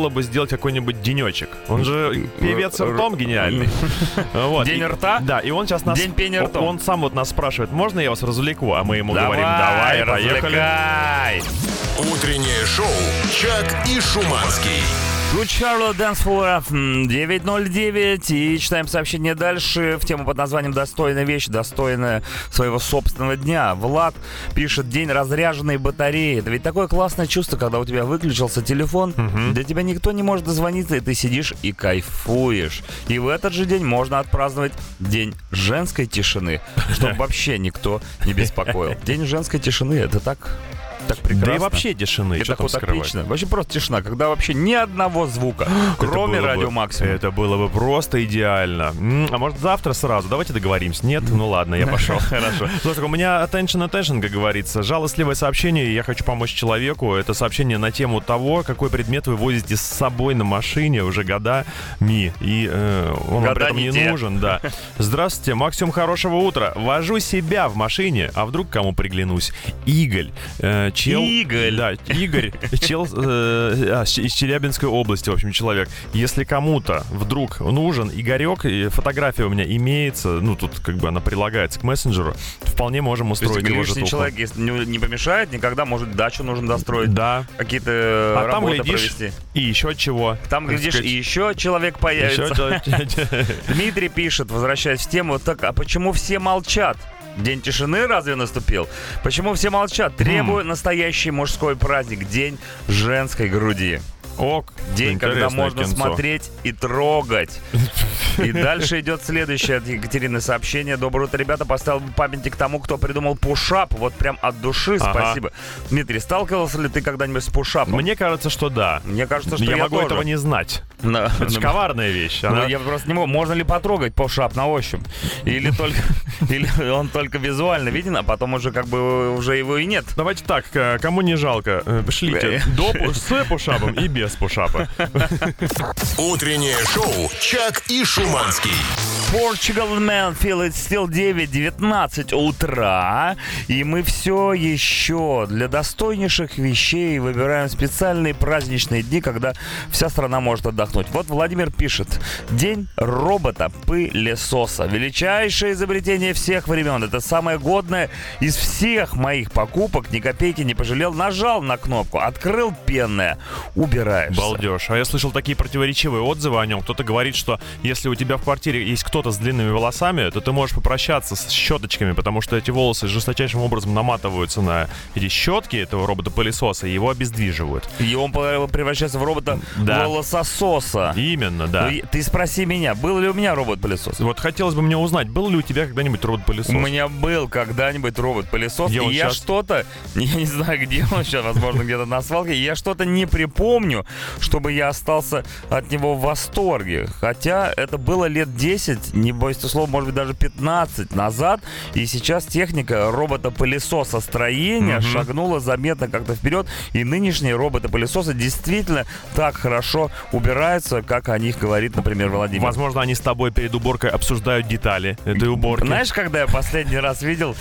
было бы сделать какой-нибудь денечек. Он же певец ртом гениальный. Вот. День рта? Да, и он сейчас нас... День пения ртом. Он сам вот нас спрашивает, можно я вас развлеку? А мы ему Давай, говорим, давай, поехали. развлекай. Утреннее шоу «Чак и Шуманский». Good Charlotte Dance Floor 9:09. И читаем сообщение дальше в тему под названием «Достойная вещь, достойная своего собственного дня». Влад пишет: день разряженной батареи. Это ведь такое классное чувство, когда у тебя выключился телефон, до тебя никто не может дозвониться, и ты сидишь и кайфуешь. И в этот же день можно отпраздновать день женской тишины, чтобы вообще никто не беспокоил. День женской тишины — это так прекрасно. Да и вообще тишины. Это что там скрывать? утопично. Вообще просто тишина, когда вообще ни одного звука, кроме радио Максимум. Это было бы просто идеально. А может завтра сразу? Давайте договоримся. Нет? Ну ладно, я пошел. Хорошо. Слушай, у меня attention, как говорится. Жалостливое сообщение, я хочу помочь человеку. Это сообщение на тему того, какой предмет вы возите с собой на машине уже годами. И он вам при этом не нужен. Да. Здравствуйте, Максимум, хорошего утра. Вожу себя в машине, а вдруг кому приглянусь? Игорь. Игорь. Да, Игорь, чел из Челябинской области, в общем, человек. Если кому-то вдруг нужен Игорек, и фотография у меня имеется, ну, тут как бы она прилагается к мессенджеру, вполне можем устроить его лишний житуху. человек, если не помешает, никогда, может, дачу нужно достроить, да. Какие-то работы там, глядишь, провести. И еще чего. Там, глядишь, и еще человек появится. Дмитрий пишет, возвращаясь в тему: так, а почему все молчат? День тишины разве наступил? Почему все молчат? Требую настоящий мужской праздник. День женской груди. День, когда можно смотреть и трогать. И дальше идет следующее от Екатерины сообщение. Доброе утро, ребята. Поставил памятник тому, кто придумал пушап. Вот прям от души. Спасибо. Дмитрий, сталкивался ли ты когда-нибудь с пушапом? Мне кажется, что да. Мне кажется, что я могу тоже. этого не знать. Это же коварная вещь. Я просто не могу. Можно ли потрогать пушап на ощупь? Или он только визуально виден, а потом уже как бы уже его и нет? Давайте так, кому не жалко, шлите с пушапом и без пушапа. Утреннее шоу «Чак и Шуманский». Portugal Man Feel It Still 9:19 утра. И мы все еще для достойнейших вещей выбираем специальные праздничные дни, когда вся страна может отдохнуть. Вот Владимир пишет: день робота-пылесоса. Величайшее изобретение всех времен. Это самое годное из всех моих покупок. Ни копейки не пожалел. Нажал на кнопку, открыл пенное, убираешься. Балдеж. А я слышал такие противоречивые отзывы о нем. Кто-то говорит, что если у тебя в квартире есть кто-то с длинными волосами, то ты можешь попрощаться с щеточками, потому что эти волосы жесточайшим образом наматываются на эти щетки этого робота-пылесоса и его обездвиживают. И он превращается в робота-волосососа. Именно, да. Ты спроси меня, был ли у меня робот-пылесос? Вот хотелось бы мне узнать, был ли у тебя когда-нибудь робот-пылесос? У меня был когда-нибудь робот-пылесос, и я что-то, я не знаю, где он сейчас, возможно, где-то на свалке, я что-то не припомню, чтобы я остался от него в восторге. Хотя это было лет 10, не боюсь слова, может быть, даже 15 назад, и сейчас техника робота-пылесоса-строения шагнула заметно как-то вперед, и нынешние роботы-пылесосы действительно так хорошо убираются, как о них говорит, например, Владимир. Возможно, они с тобой перед уборкой обсуждают детали этой уборки. Знаешь, когда я последний раз видел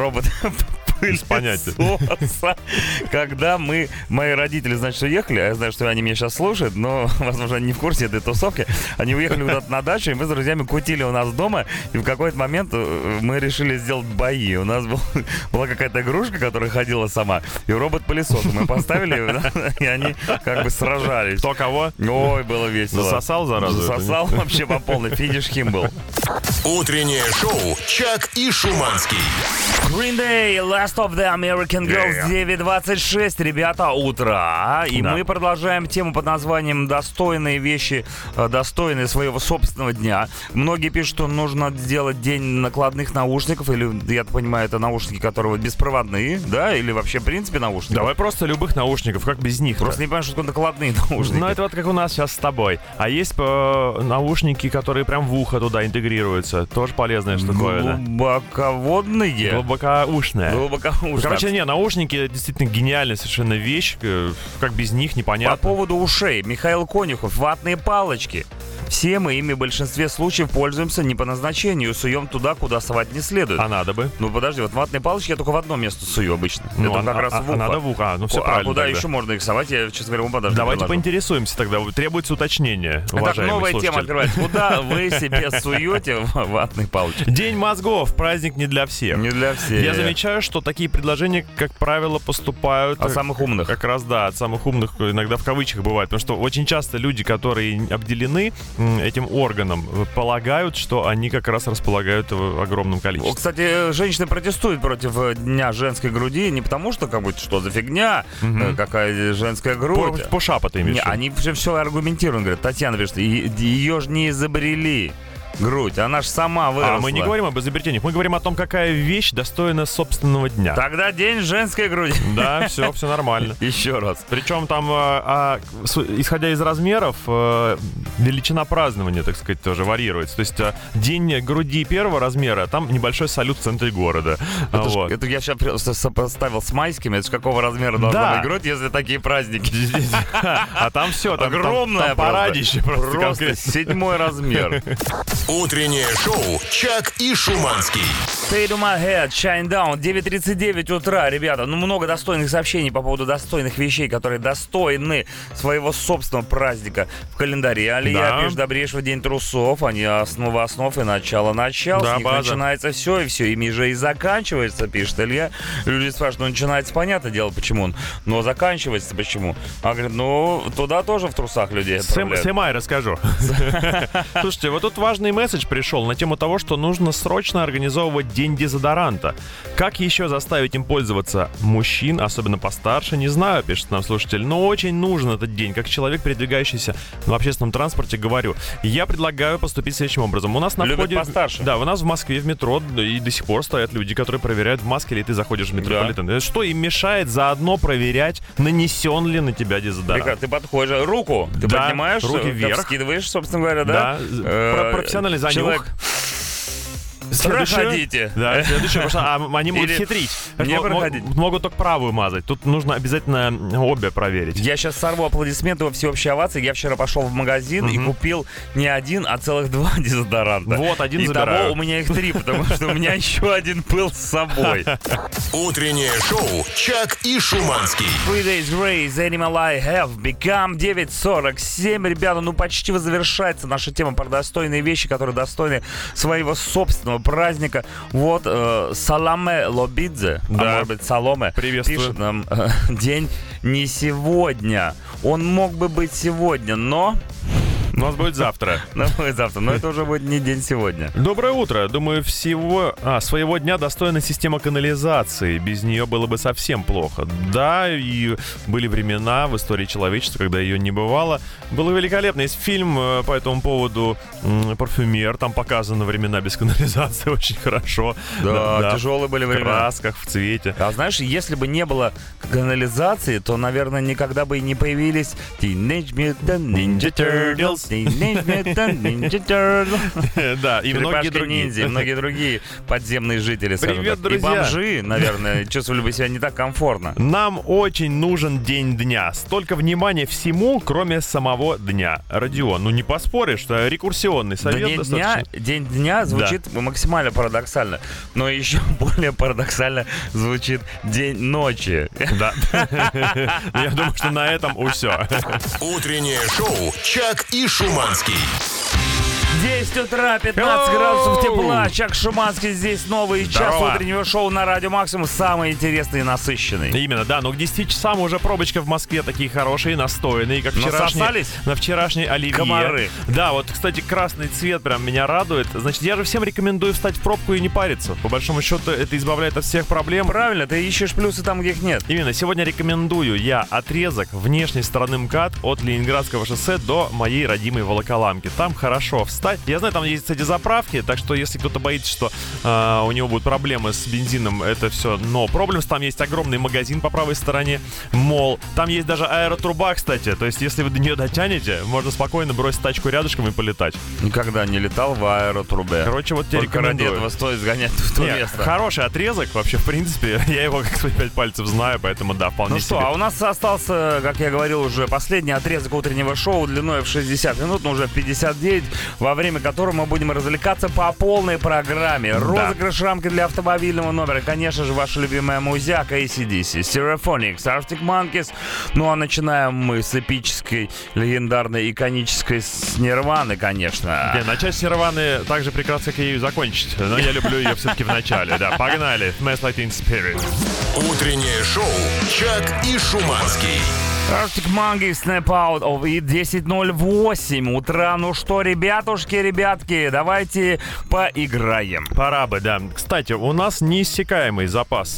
робот-пылесоса? Когда мои родители, значит, уехали, а я знаю, что они меня сейчас слушают, но, возможно, они не в курсе этой тусовки. Они уехали куда-то на дачу, и мы с друзьями кутили у нас дома, и в какой-то момент мы решили сделать бои. У нас была какая-то игрушка, которая ходила сама, и робот-пылесос. Мы поставили, и они как бы сражались. Кто кого? Ой, было весело. Засосал, зараза? Засосал вообще по полной. Финиш хим был. Утреннее шоу «Чак и Шуманский». Green Day, Last of the American Girls, 9:26, ребята, утро. И мы продолжаем тему под названием «Достойные вещи, достойные своего собственного дня». Многие пишут, что нужно сделать день накладных наушников, или, я понимаю, это наушники, которые беспроводные, да, или вообще, в принципе, наушники. Давай просто любых наушников, как без них? Просто не понимаю, что такое накладные наушники. Ну, это вот как у нас сейчас с тобой. А есть наушники, которые прям в ухо туда интегрируются. Тоже полезная штуковина. Глубоководные. Глубокоушные. Короче, не, наушники действительно гениальная совершенно вещь. Как без них, непонятно. По поводу ушей. Михаил Конюхов, ватные палочки. Все мы ими в большинстве случаев пользуемся не по назначению, суем туда, куда совать не следует. А надо бы. Ну подожди, вот ватные палочки я только в одно место сую обычно. Ну, это как раз в ухо. надо в ухо. Ну все А правильно. куда тогда. еще можно их совать? Я, честно говоря, даже Давайте не поинтересуемся тогда. Требуется уточнение, Так, уважаемый новая слушатель. тема открывается. Куда вы себе суете ватные палочки? День мозгов. Праздник не для всех. Не для всех. Я замечаю, что такие предложения, как правило, поступают... От самых умных. Как раз, да, от самых умных, иногда в кавычках бывает. Потому что очень часто люди, которые обделены этим органом, полагают, что они как раз располагают в огромном количестве. Кстати, женщины протестуют против Дня женской груди не потому, что как бы что за фигня, какая женская грудь. Пушапа ты имеешь в виду? Они все аргументируют. Говорят, Татьяна пишет, ее же не изобрели. Грудь, она ж сама выросла. А мы не говорим об изобретениях, мы говорим о том, какая вещь достойна собственного дня. Тогда день женской груди. Да, все нормально. Еще раз. Причем там, исходя из размеров, величина празднования, так сказать, тоже варьируется. То есть день груди первого размера, там небольшой салют в центре города. Это я сейчас сопоставил с майскими. Это же какого размера должна быть грудь, если такие праздники? А там все, там огромное парадище просто 7-й размер. Утреннее шоу «Чак и Шуманский». Stay to my head, shine down. 9:39 утра, ребята. Много достойных сообщений по поводу достойных вещей, которые достойны своего собственного праздника в календаре. Алия пишет, добрейшего день трусов. Они основа основ и начало. С них начинается все, и все. Ими же и заканчивается, пишет Илья. Люди спрашивают, начинается, понятное дело, почему он. Но заканчивается почему? А говорит, туда тоже в трусах людей отправляют. Сэмай расскажу. Слушайте, вот тут важный месседж пришел на тему того, что нужно срочно организовывать день дезодоранта. Как еще заставить им пользоваться мужчин, особенно постарше, не знаю, пишет нам слушатель, но очень нужен этот день. Как человек, передвигающийся в общественном транспорте, говорю. Я предлагаю поступить следующим образом. У нас на входе... постарше. Да, у нас в Москве в метро и до сих пор стоят люди, которые проверяют, в маске ли ты заходишь в метрополитен. Да. Что им мешает заодно проверять, нанесен ли на тебя дезодорант? Ты подходишь, руку ты поднимаешь, руки вверх, вскидываешь, собственно говоря, да? Профессиональный занюх. Человек... Проходите. Да, следующее, потому что они могут хитрить. Могут только правую мазать. Тут нужно обязательно обе проверить. Я сейчас сорву аплодисменты во всеобщей овации. Я вчера пошел в магазин и купил не один, а целых 2 дезодоранта. Вот, один забираю. Итого у меня их 3, потому что у меня еще один был с собой. Утреннее шоу «Чак и Шуманский». 3 Days Grace, Animal I Have Become. 9:47. Ребята, почти завершается наша тема про достойные вещи, которые достойны своего собственного праздника. Вот Саламе Лобидзе, может быть Саломе, пишет нам, день не сегодня. Он мог бы быть сегодня, но... У нас будет завтра. Но это уже будет не день сегодня. Доброе утро. Думаю, своего дня достойна система канализации. Без нее было бы совсем плохо. Да, и были времена в истории человечества, когда ее не бывало. Было великолепно. Есть фильм по этому поводу «Парфюмер». Там показаны времена без канализации очень хорошо. Да, тяжелые были времена. В красках, в цвете. А знаешь, если бы не было канализации, то, наверное, никогда бы и не появились Teenage Mutant Ninja Turtles. Да, и многие другие. Ниндзя, многие другие подземные жители. Привет, друзья. И бомжи, наверное, чувствовали бы себя не так комфортно. Нам очень нужен день дня. Столько внимания всему, кроме самого дня. Родион, не поспоришь, что рекурсионный совет достаточно. День дня звучит максимально парадоксально, но еще более парадоксально звучит день ночи. Да. Я думаю, что на этом все. Утреннее шоу «Чак и Шуманский». 10 утра, 15 градусов тепла. Чак Шуманский здесь. Новый час утреннего шоу на Радио Максимум. Самый интересный и насыщенный. Именно, да. Но к 10 часам уже пробочка в Москве такие хорошие, настойные, как на вчерашней оливье. Комары. Да, вот, кстати, красный цвет прям меня радует. Значит, я же всем рекомендую встать в пробку и не париться. По большому счету, это избавляет от всех проблем. Правильно, ты ищешь плюсы там, где их нет. Именно. Сегодня рекомендую я отрезок внешней стороны МКАД от Ленинградского шоссе до моей родимой Волоколамки. Там хорошо встать Я знаю, там есть, кстати, заправки, так что если кто-то боится, что у него будут проблемы с бензином, это все no problems. Там есть огромный магазин по правой стороне, мол. Там есть даже аэротруба, кстати. То есть, если вы до нее дотянете, можно спокойно бросить тачку рядышком и полетать. Никогда не летал в аэротрубе. Короче, вот тебе Только ради рекомендую. этого стоит сгонять в то место. Хороший отрезок, вообще, в принципе. Я его как свои 5 пальцев знаю, поэтому да, вполне Ну себе. что, а у нас остался, как я говорил, уже последний отрезок утреннего шоу длиной в 60 минут, но уже в 59, во время которого мы будем развлекаться по полной программе. Розыгрыш рамки для автомобильного номера. Конечно же, ваша любимая музяка AC/DC, Stereophonics, Arctic Monkeys. Ну а начинаем мы с эпической, легендарной, иконической с Нирваны, конечно. Начать с Нирваны так же прекрасно, как и ее закончить. Но я люблю ее все-таки в начале. Да, погнали. Smells Like Teen Spirit. Утреннее шоу «Чак и Шуманский». Arctic Monkeys, Snap Out of It, 10:08 утра. Ну что, ребятки, давайте поиграем. Пора бы, да. Кстати, у нас неиссякаемый запас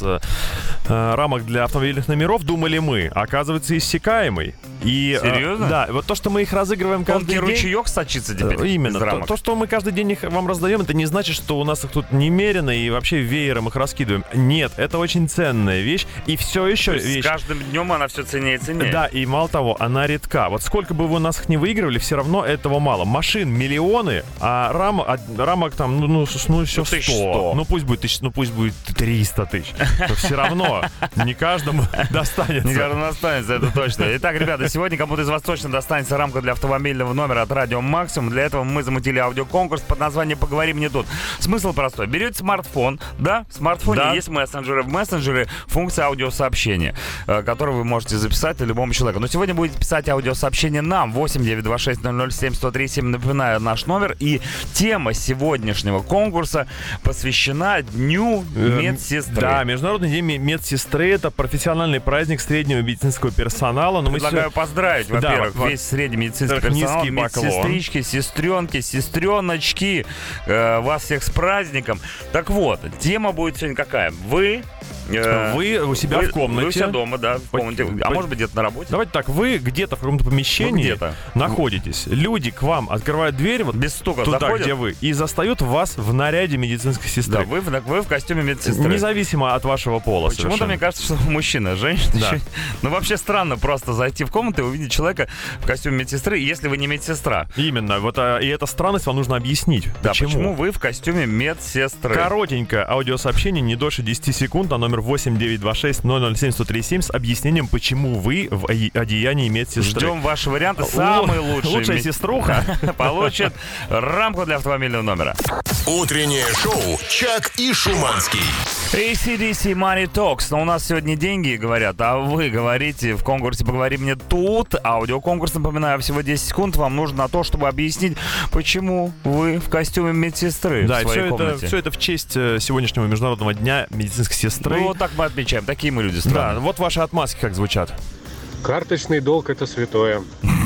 рамок для автомобильных номеров, думали мы. Оказывается, иссякаемый. И, Серьезно? Да, вот то, что мы их разыгрываем каждый Тонкий день... ручеек сочится теперь Именно. из рамок. То, что мы каждый день их вам раздаем, это не значит, что у нас их тут немерено и вообще веером их раскидываем. Нет, это очень ценная вещь. И все еще То есть вещь... с каждым днем она все ценнее и ценнее. Да, и мало того, она редка. Вот сколько бы вы у нас их не выигрывали, все равно этого мало. Машин миллионы, а рамок там, все 100. Ну пусть будет 1000, ну пусть будет 300 тысяч. Но все равно не каждому достанется. Не каждому достанется, это точно. Итак, ребята, сегодня кому-то из вас точно достанется рамка для автомобильного номера от Радио Максимум. Для этого мы замутили аудиоконкурс под названием «Поговори мне тут». Смысл простой. Берете смартфон, да? В смартфоне есть мессенджеры. В мессенджере функция аудиосообщения, которую вы можете записать любому человеку. Но сегодня будете писать аудиосообщение нам. 8-926-007-1037. Напоминаю наш номер. И тема сегодняшнего конкурса посвящена Дню медсестры. Да, Международный день медсестры. Это профессиональный праздник среднего медицинского персонала. Но предлагаю поздравить, во-первых, весь средний медицинский персонал, низкий поклон. медсестрички, сестренки, сестреночки. Вас всех с праздником. Так вот, тема будет сегодня какая? Вы у себя в комнате. Вы у себя дома, да, в комнате. А может быть, где-то на работе? Давайте так, вы где-то в каком-то помещении находитесь. Люди к вам открывают дверь, вот без стука туда, заходят, где вы, и застают вас в наряде медицинской сестры. Да, вы в костюме медсестры. Независимо от вашего пола. Почему-то мне кажется, что мужчина, женщина. Да. Ну, вообще странно просто зайти в комнату и увидеть человека в костюме медсестры, если вы не медсестра. Именно. Вот, и эта странность вам нужно объяснить. Да, почему вы в костюме медсестры? Коротенькое аудиосообщение, не дольше 10 секунд, на номер 8-926-007-1037 с объяснением, почему вы в одеянии медсестры. Ждем ваши варианты. Самый лучший. Лучшая сеструха получит рамку для автомобильного номера. Утреннее шоу «Чак и Шуманский». AC/DC Money Talks. Но у нас сегодня деньги говорят, а вы говорите в конкурсе «Поговори мне тут». Аудиоконкурс, напоминаю, всего 10 секунд. Вам нужно на то, чтобы объяснить, почему вы в костюме медсестры в своей комнате. Все это в честь сегодняшнего Международного дня медицинской сестры. Ну, вот так мы отмечаем. Такие мы люди странные. Да, вот ваши отмазки как звучат. Карточный долг — это святое.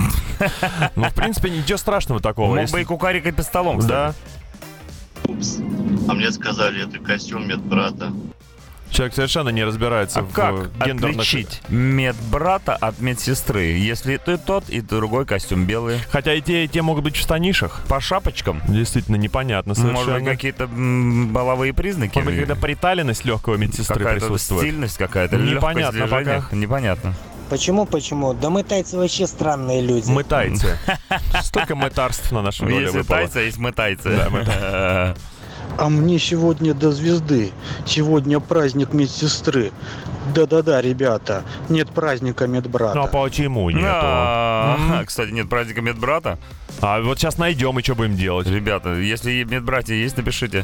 Ну, в принципе, ничего страшного такого. Мог бы и кукарикать по столом, кстати. Да. Упс. А мне сказали, это костюм медбрата. Человек совершенно не разбирается в как гендерных... отличить медбрата от медсестры, если ты тот и другой костюм белый? Хотя и те могут быть в штанишах. По шапочкам? Действительно непонятно совершенно. Может быть, какие-то половые признаки? Может быть, когда приталенность легкого медсестры какая-то присутствует. Стильность какая-то, непонятно пока. Непонятно. Почему? Да мы тайцы вообще странные люди. Мы тайцы. Столько мытарств на нашем доле Если выпало. тайцы, а есть мы тайцы. Да, мы... А мне сегодня до звезды. Сегодня праздник медсестры. Да-да-да, ребята. Нет праздника медбрата. Ну а почему нету? Кстати, нет праздника медбрата. А вот сейчас найдем и что будем делать? Ребята, если медбратья есть, напишите.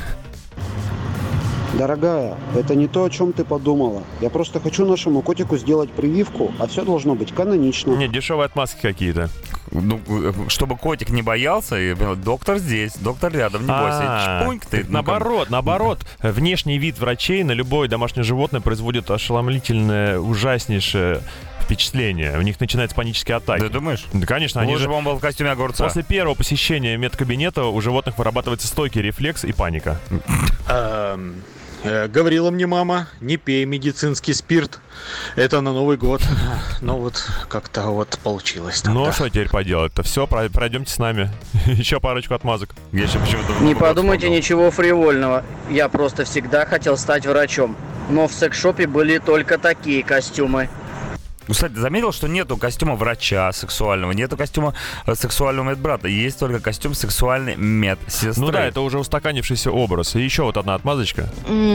Дорогая, это не то, о чем ты подумала. Я просто хочу нашему котику сделать прививку, а все должно быть канонично. Нет, дешевые отмазки какие-то. Ну, чтобы котик не боялся, и доктор здесь, доктор рядом, не бойся. Чпуньк ты. Наоборот. Внешний вид врачей на любое домашнее животное производит ошеломительное, ужаснейшее впечатление. У них начинаются панические атаки. Ты думаешь? Да, конечно. Они же... он был в костюме огурца. После первого посещения медкабинета у животных вырабатывается стойкий рефлекс и паника. Говорила мне мама, не пей медицинский спирт. Это на Новый год. Ну вот как-то вот получилось. Ну, что теперь поделать-то? Все, пройдемте с нами. Еще парочку отмазок. Я еще почему-то... Не подумайте ничего фривольного. Я просто всегда хотел стать врачом. Но в секс-шопе были только такие костюмы. Кстати, заметил, что нету костюма врача сексуального, нету костюма сексуального медбрата, есть только костюм сексуальной медсестры. Ну да, это уже устаканившийся образ. И еще вот одна отмазочка.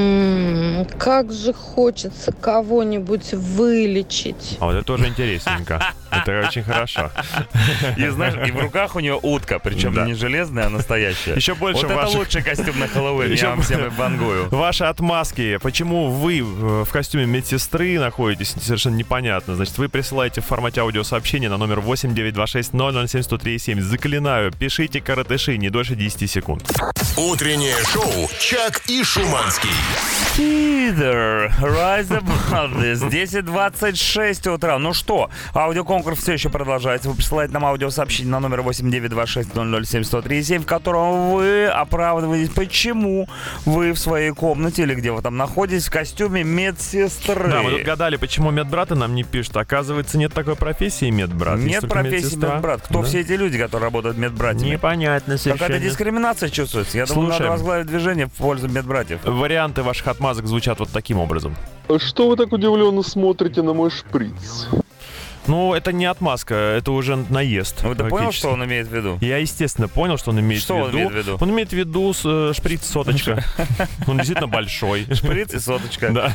Как же хочется кого-нибудь вылечить. А вот это тоже интересненько. Это очень хорошо. И знаешь, и в руках у нее утка, причем не железная, а настоящая. Еще больше вот ваших... это лучший костюм на Хэллоуин, я вам всем и бангую. Ваши отмазки, почему вы в костюме медсестры находитесь, совершенно непонятно. Значит, вы присылаете в формате аудиосообщения на номер 8-926-007-1037. Заклинаю, пишите коротыши не дольше 10 секунд. Утреннее шоу «Чак и Шуманский». Either rise above this. 10:26 утра. Ну что, аудиоконкурс все еще продолжается. Вы присылаете нам аудиосообщение на номер 8-926-007-1037, в котором вы оправдываетесь, почему вы в своей комнате или где вы там находитесь в костюме медсестры. Да, мы тут гадали, почему медбраты нам не пишут. Оказывается, нет такой профессии медбрат. Нет профессии медбрат. Кто все эти люди, которые работают медбратьями? Непонятно совершенно. Какая-то дискриминация чувствуется. Я думаю, надо возглавить движение в пользу медбратьев. Варианты ваших отмазок звучат вот таким образом. Что вы так удивленно смотрите на мой шприц? Ну, это не отмазка, это уже наезд. Ну, ты понял, что он имеет в виду? Я, естественно, понял, что он имеет в виду. Что он имеет в виду? Он имеет в виду шприц-соточка. Он действительно большой. Шприц и соточка. Да.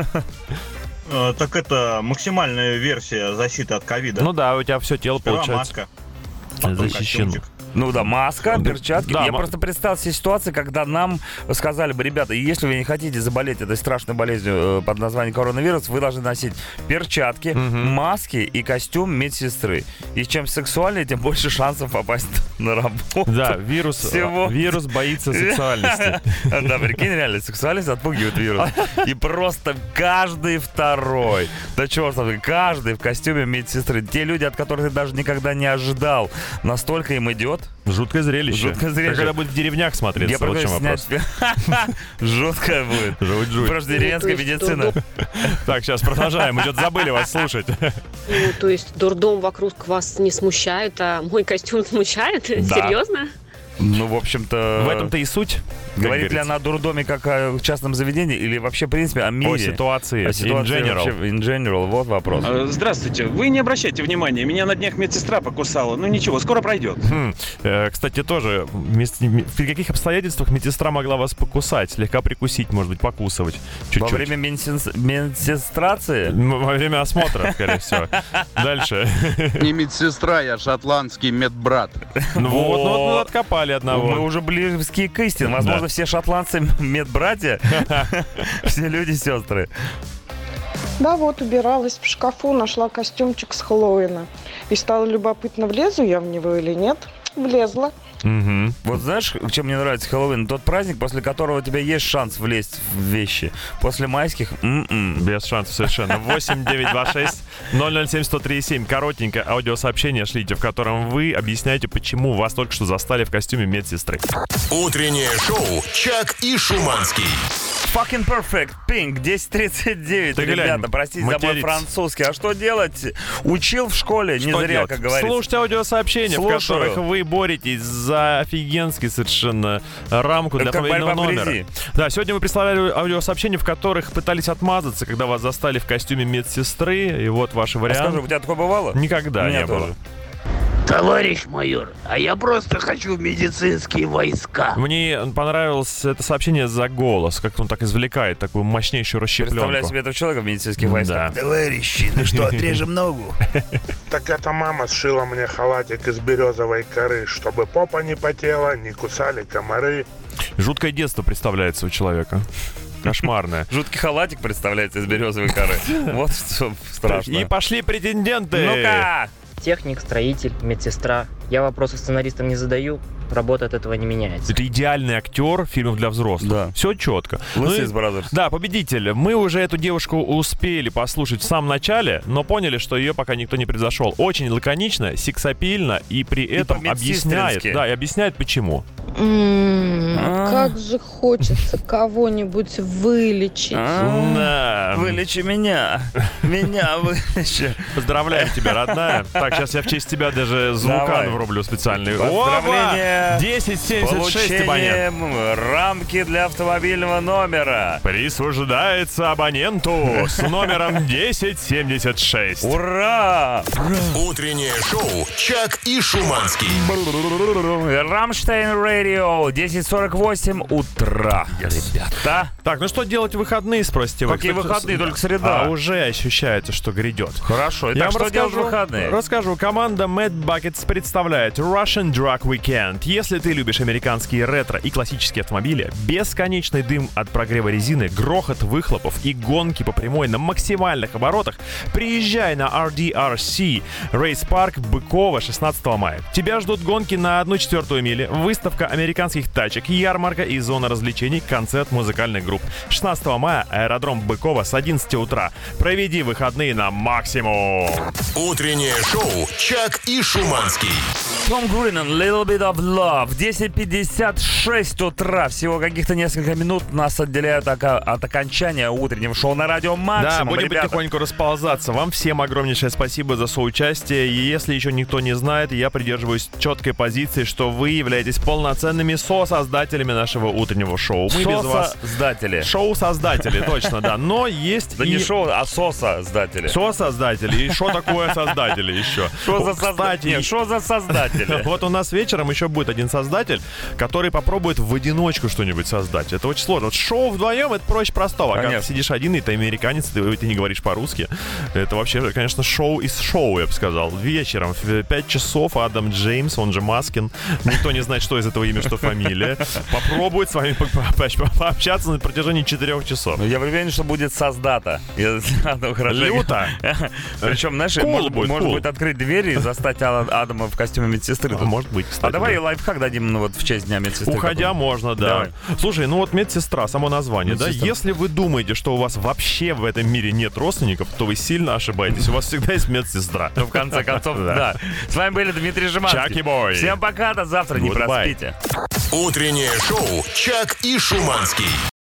Так это максимальная версия защиты от ковида. Ну да, у тебя все тело получается защищено. Ну да, маска, перчатки. Да, я просто представил себе ситуацию, когда нам сказали бы, ребята, если вы не хотите заболеть этой страшной болезнью под названием коронавирус, вы должны носить перчатки, маски и костюм медсестры. И чем сексуальнее, тем больше шансов попасть на работу. Да, вирус боится сексуальности. Да, прикинь, реально, сексуальность отпугивает вирус. И просто каждый второй, да чего ж, каждый в костюме медсестры. Те люди, от которых ты даже никогда не ожидал, настолько им идет. Жуткое зрелище. Жуткое зрелище. Как когда будет в деревнях смотреться, вот в чем вопрос. Жуткое будет. Жуть. Просто деревенская медицина. Так, сейчас продолжаем. Идет, забыли вас слушать. Ну, то есть дурдом вокруг вас не смущает, а мой костюм смущает? Серьезно? Ну, в общем-то... В этом-то и суть. Говорит ли она о дурдоме как о частном заведении или вообще, в принципе, о мире? О ситуации. In general. Вот вопрос. Здравствуйте. Вы не обращайте внимания. Меня на днях медсестра покусала. Ну ничего, скоро пройдет. Кстати, тоже, при каких обстоятельствах медсестра могла вас покусать? Слегка прикусить, может быть, покусывать. Чуть-чуть. Во время медсестрации? Во время осмотра, скорее всего. Дальше. Не медсестра, я шотландский медбрат. Ну вот, откопали одного. Мы уже близки к истине. Возможно, все шотландцы медбратья, все люди-сестры. Да, вот убиралась в шкафу, нашла костюмчик с Хэллоуина. И стало любопытно, влезу я в него или нет. Влезла. Вот знаешь, чем мне нравится Хэллоуин? Тот праздник, после которого у тебя есть шанс влезть в вещи. После майских без шансов совершенно. 8-926-007-1037. Коротенькое аудиосообщение шлите, в котором вы объясняете, почему вас только что застали в костюме медсестры. Утреннее шоу «Чак и Шуманский». Fucking perfect, Pink, 10:39. Ребята, простите за мой французский. А что делать? Учил в школе, не зря, как говорится. Слушайте аудиосообщения, в которых вы боретесь за офигенский совершенно рамку для автомобильного номера. Да, сегодня вы прислали аудиосообщения, в которых пытались отмазаться, когда вас застали в костюме медсестры. И вот ваши варианты. Скажи, у тебя такое бывало? Никогда не было. Товарищ майор, а я просто хочу в медицинские войска. Мне понравилось это сообщение за голос, как он так извлекает такую мощнейшую расщепленку. Представляю себе этого человека в медицинских войсках. Да. Товарищи, ну что, отрежем ногу? Так это мама сшила мне халатик из березовой коры, чтобы попа не потела, не кусали комары. Жуткое детство представляется у человека. Кошмарное. Жуткий халатик представляется из березовой коры. Вот что страшно. И пошли претенденты. Ну-ка! Техник, строитель, медсестра, Я вопросы сценаристам не задаю, работа от этого не меняется. Это идеальный актер фильмов для взрослых. Да. Все четко. Лысый Brothers. Да, победитель. Мы уже эту девушку успели послушать в самом начале, но поняли, что ее пока никто не превзошел. Очень лаконично, сексапильно и при этом объясняет. Да, и объясняет почему. Как же хочется кого-нибудь вылечить. Вылечи меня. Меня вылечи. Поздравляем тебя, родная. Так, сейчас я в честь тебя даже звукан врублю специальный. Поздравления 1076 абонент. Рамки для автомобильного номера. Присуждается абоненту с номером 1076. Ура! Утреннее шоу «Чак и Шуманский». Рамштайн Радио, 10:48 утра. Ребята. Так, ну что делать в выходные, спросите вы? Какие выходные? Только среда. А уже ощущается, что грядет. Хорошо. Я Итак, вам что делать в выходные? Расскажу. Команда Mad Buckets представляет Russian Drag Weekend. Если ты любишь американские ретро и классические автомобили, бесконечный дым от прогрева резины, грохот выхлопов и гонки по прямой на максимальных оборотах, приезжай на RDRC Race Park Быково 16 мая. Тебя ждут гонки на 1/4 мили, выставка американских тачек, ярмарка и зона развлечений, концерт музыкальных групп. 16 мая аэродром Быково с 11 утра. Проведи выходные на максимум. Утреннее шоу «Чак и Шуманский». Том Гринен, Little Bit of Love. 10:56 утра. Всего каких-то несколько минут нас отделяют от окончания утреннего шоу на радио Максимум. Да, будем потихоньку расползаться. Вам всем огромнейшее спасибо за соучастие. И если еще никто не знает, я придерживаюсь четкой позиции, что вы являетесь полноценными сосоздателями нашего утреннего шоу. Мы без вас... Создатели. Шоу-создатели, точно, да. Но есть да и... не шоу, а сосоздатели. Сосоздатели. И что такое создатели еще? Что за создатели? Вот у нас вечером еще будет один создатель, который попробует в одиночку что-нибудь создать. Это очень сложно. Вот шоу вдвоем — это проще простого. Когда ты сидишь один, и ты американец, ты не говоришь по-русски. Это вообще, конечно, шоу из шоу, я бы сказал. Вечером в 5 часов Адам Джеймс, он же Маскин. Никто не знает, что из этого имя, что фамилия. Попробует с вами пообщаться на протяжении 4 часов. Я уверен, что будет создата. Люто. Причем, знаешь, может быть открыть дверь и застать Адама в костюме медсестры. Может быть, кстати. А давай лайфхак дадим вот в честь Дня медсестры. Уходя можно, да. Давай. Слушай, ну вот медсестра, само название, медсестра. Да? Если вы думаете, что у вас вообще в этом мире нет родственников, то вы сильно ошибаетесь. У вас всегда есть медсестра. Ну, в конце концов, да. С вами были Дмитрий Жеманский. Чак и Бой. Всем пока, до завтра, не проспите. Утреннее шоу «Чак и Шуманский».